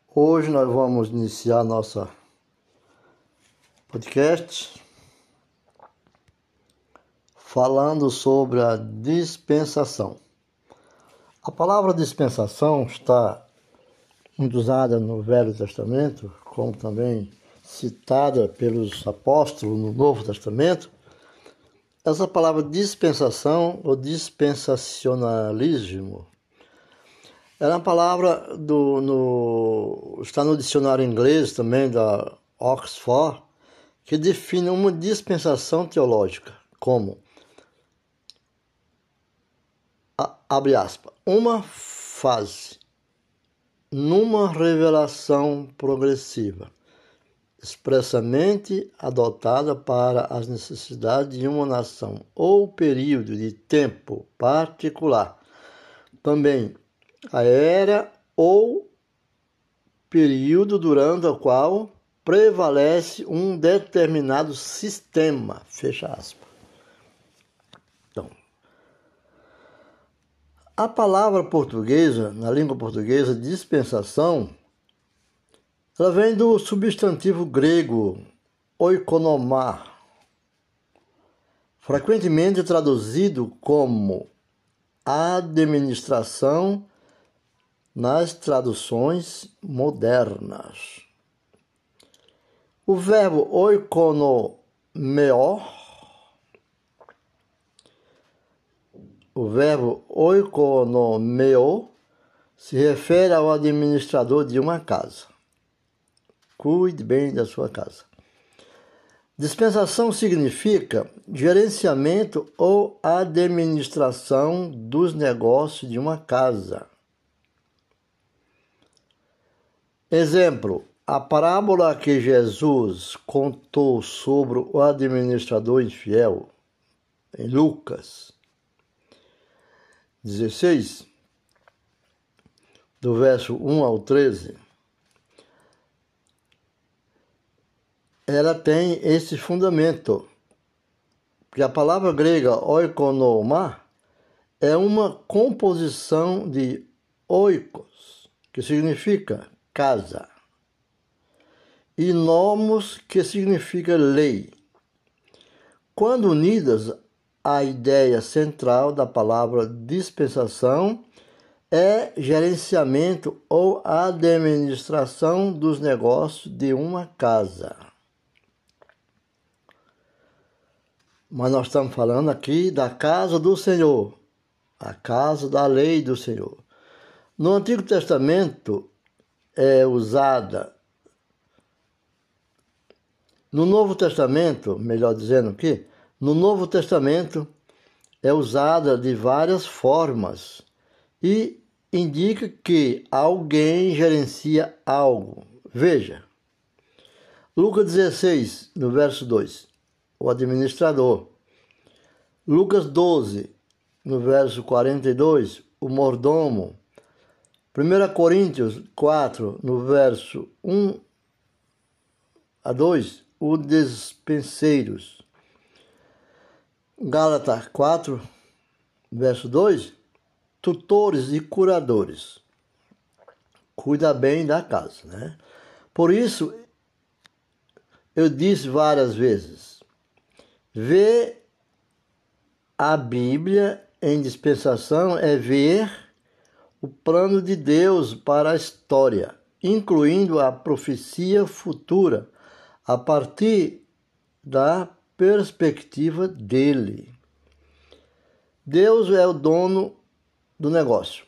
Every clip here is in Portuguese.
Hoje nós vamos iniciar nossa podcast falando sobre a dispensação. A palavra dispensação está muito usada no Velho Testamento, como também citada pelos apóstolos no Novo Testamento. Essa palavra dispensação ou dispensacionalismo é uma palavra está no dicionário inglês também da Oxford, que define uma dispensação teológica como, abre aspas, uma fase numa revelação progressiva, expressamente adotada para as necessidades de uma nação ou período de tempo particular. Também a era ou período durante o qual prevalece um determinado sistema, fecha aspas. Então, a palavra portuguesa, na língua portuguesa, dispensação, ela vem do substantivo grego oikonomá, frequentemente traduzido como administração nas traduções modernas. O verbo oikonomeo se refere ao administrador de uma casa. Cuide bem da sua casa. Dispensação significa gerenciamento ou administração dos negócios de uma casa. Exemplo, a parábola que Jesus contou sobre o administrador infiel, em Lucas 16, do verso 1 ao 13, ela tem esse fundamento, porque a palavra grega oikonomá é uma composição de oikos, que significa casa, e nomos, que significa lei. Quando unidas, a ideia central da palavra dispensação é gerenciamento ou administração dos negócios de uma casa. Mas nós estamos falando aqui da casa do Senhor, a casa da lei do Senhor. No Antigo Testamento é usada, no Novo Testamento, melhor dizendo aqui, no Novo Testamento é usada de várias formas e indica que alguém gerencia algo. Veja, Lucas 16, no verso 2, o administrador. Lucas 12, no verso 42, o mordomo. 1 Coríntios 4, no verso 1 a 2, o despenseiros. Gálatas 4, verso 2, tutores e curadores. Cuida bem da casa, né? Por isso, eu disse várias vezes, ver a Bíblia em dispensação é ver o plano de Deus para a história, incluindo a profecia futura, a partir da perspectiva dele. Deus é o dono do negócio,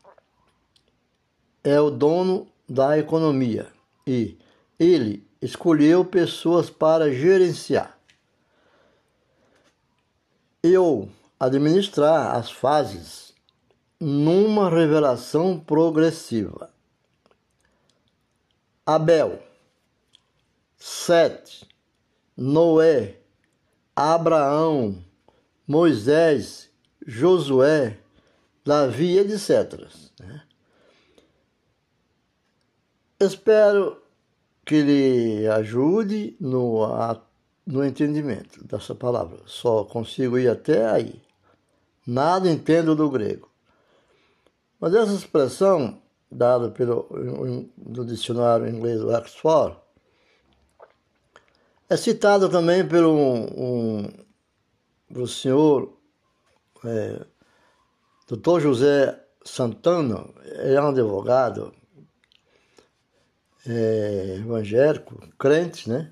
é o dono da economia e ele escolheu pessoas para gerenciar e ou administrar as fases numa revelação progressiva. Abel, Sete, Noé, Abraão, Moisés, Josué, Davi, etc. Espero que lhe ajude no entendimento dessa palavra. Só consigo ir até aí. Nada entendo do grego. Mas essa expressão dado do dicionário inglês Oxford, é citado também pelo senhor Dr. José Santana, é um advogado evangélico, crente, né?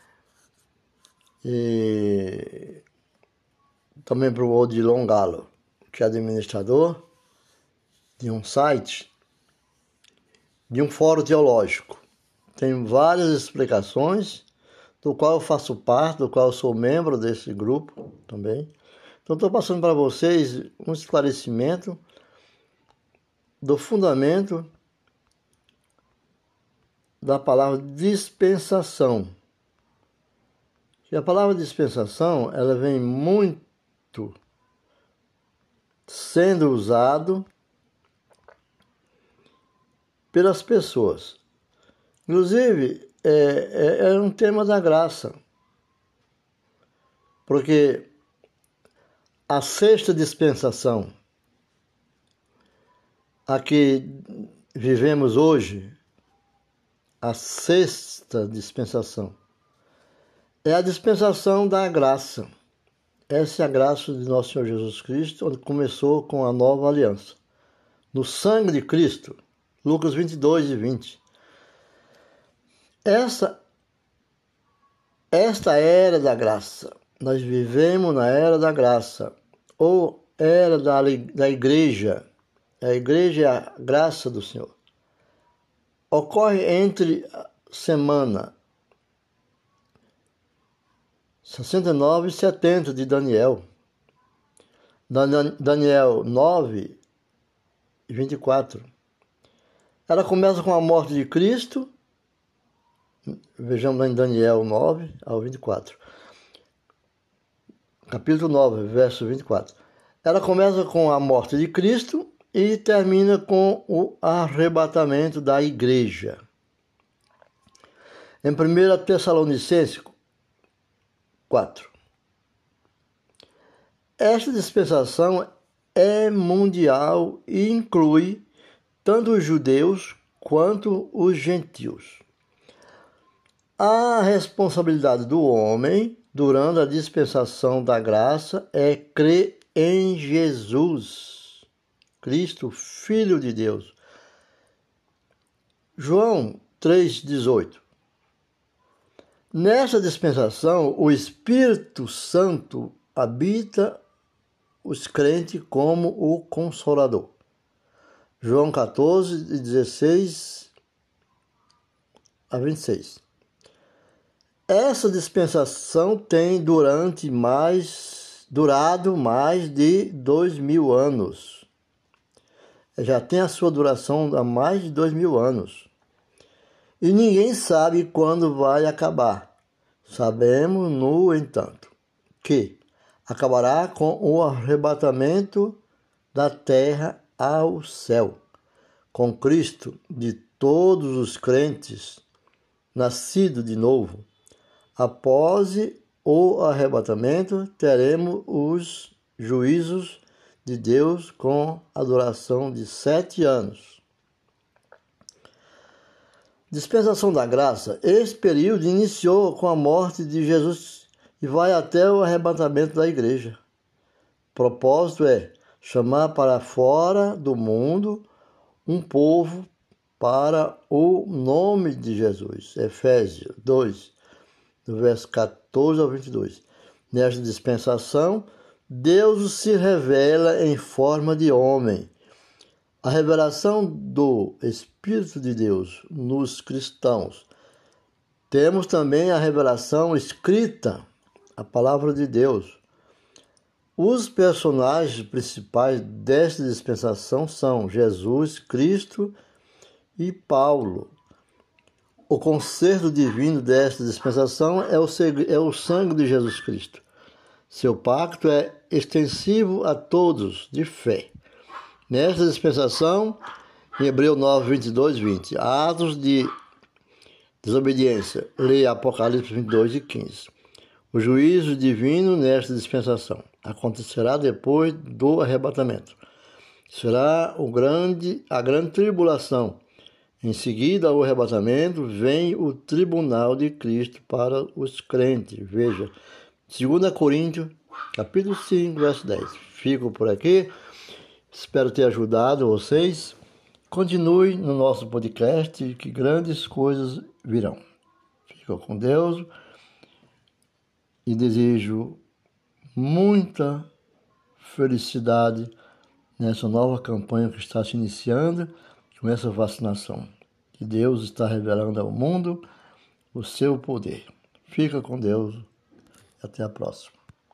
E também para o Odilon Galo, que é administrador de um site, de um fórum teológico. Tem várias explicações, do qual eu faço parte, do qual eu sou membro desse grupo também. Então, estou passando para vocês um esclarecimento do fundamento da palavra dispensação. E a palavra dispensação, ela vem muito sendo usado pelas pessoas. Inclusive, é um tema da graça, porque a sexta dispensação, a que vivemos hoje, a sexta dispensação, é a dispensação da graça. Essa é a graça de nosso Senhor Jesus Cristo, onde começou com a nova aliança. No sangue de Cristo, Lucas 22 e 20. Esta era da graça. Nós vivemos na era da graça, ou era da igreja. A igreja é a graça do Senhor. Ocorre entre semana 69 e 70 de Daniel. Daniel 9 e 24. Ela começa com a morte de Cristo. Vejamos lá em Daniel 9 ao 24. Capítulo 9, verso 24. Ela começa com a morte de Cristo e termina com o arrebatamento da igreja. Em 1 Tessalonicenses 4. Esta dispensação é mundial e inclui tanto os judeus quanto os gentios. A responsabilidade do homem durante a dispensação da graça é crer em Jesus Cristo, Filho de Deus. João 3,18. Nesta dispensação, o Espírito Santo habita os crentes como o Consolador. João 14, 16 a 26. Essa dispensação tem durado mais de 2000 anos. Já tem a sua duração há mais de 2000 anos. E ninguém sabe quando vai acabar. Sabemos, no entanto, que acabará com o arrebatamento da terra ao céu, com Cristo de todos os crentes nascidos de novo. Após o arrebatamento, teremos os juízos de Deus com a duração de 7 anos. Dispensação da graça. Esse período iniciou com a morte de Jesus e vai até o arrebatamento da igreja. O propósito é chamar para fora do mundo um povo para o nome de Jesus. Efésios 2, do verso 14 ao 22. Nesta dispensação, Deus se revela em forma de homem. A revelação do Espírito de Deus nos cristãos. Temos também a revelação escrita, a palavra de Deus. Os personagens principais desta dispensação são Jesus, Cristo e Paulo. O conserto divino desta dispensação é o sangue de Jesus Cristo. Seu pacto é extensivo a todos de fé. Nesta dispensação, em Hebreus 9, 22, 20, atos de desobediência, leia Apocalipse 22 e 15. O juízo divino nesta dispensação acontecerá depois do arrebatamento. será a grande tribulação. Em seguida ao arrebatamento, vem o tribunal de Cristo para os crentes. Veja, 2 Coríntios, capítulo 5, verso 10. Fico por aqui. Espero ter ajudado vocês. Continue no nosso podcast, que grandes coisas virão. Fico com Deus e desejo muita felicidade nessa nova campanha que está se iniciando com essa vacinação. Que Deus está revelando ao mundo o seu poder. Fica com Deus e até a próxima.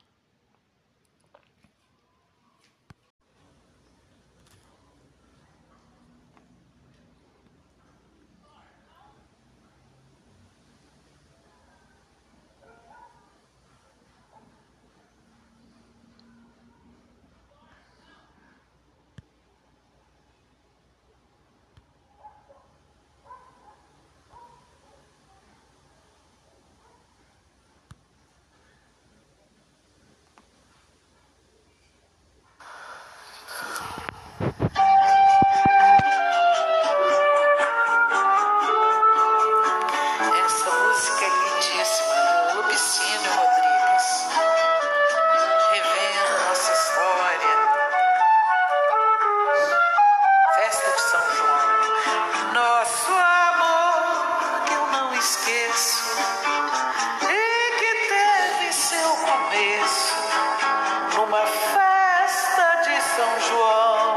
Numa festa de São João,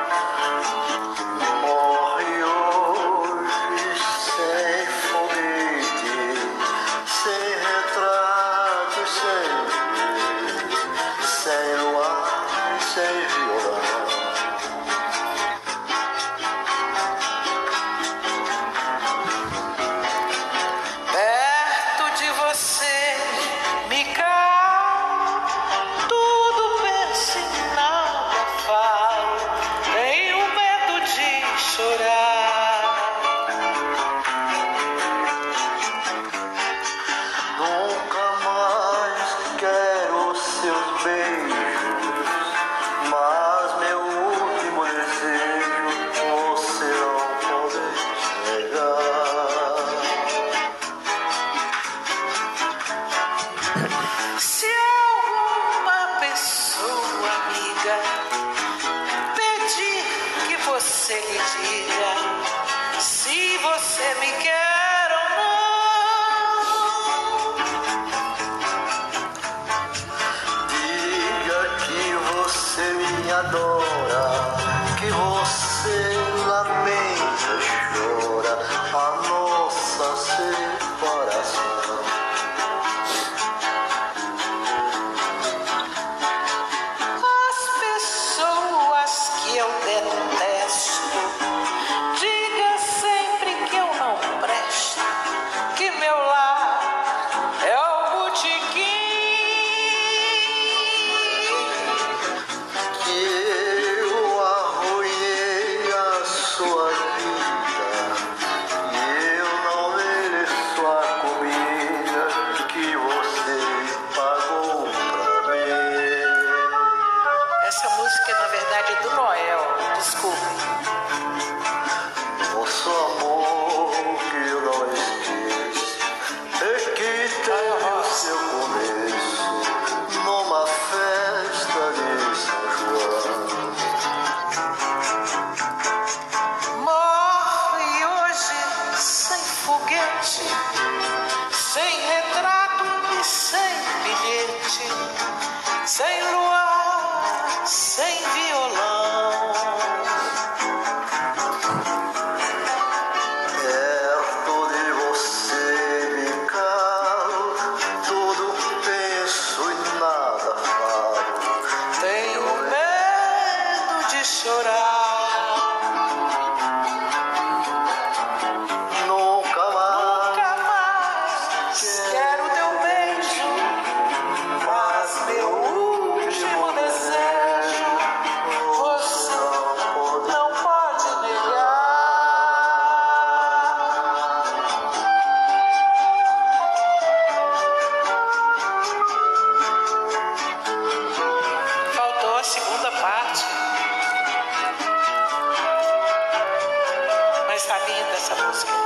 morre hoje sem foguete, sem retrato, sem luar, sem violão. Perto de você, me se alguma pessoa amiga pedir que você lhe diga se você me quer ou não, diga que você me adora, que você lamenta, chora a nossa separação. Eu detesto, diga sempre que eu não presto, que meu lar é o botequim, que eu arruinei a sua vida, e eu não mereço a comida que você pagou pra mim. Essa música, na verdade, é do Noel. Desculpe. Nosso amor que eu não esqueço é que teve o seu começo numa festa de São João. Morre hoje sem foguete, sem retrato e sem bilhete, sem luar, sem violão. Perto de você me calo, tudo penso e nada falo. Tenho medo de chorar. Nunca mais essa música.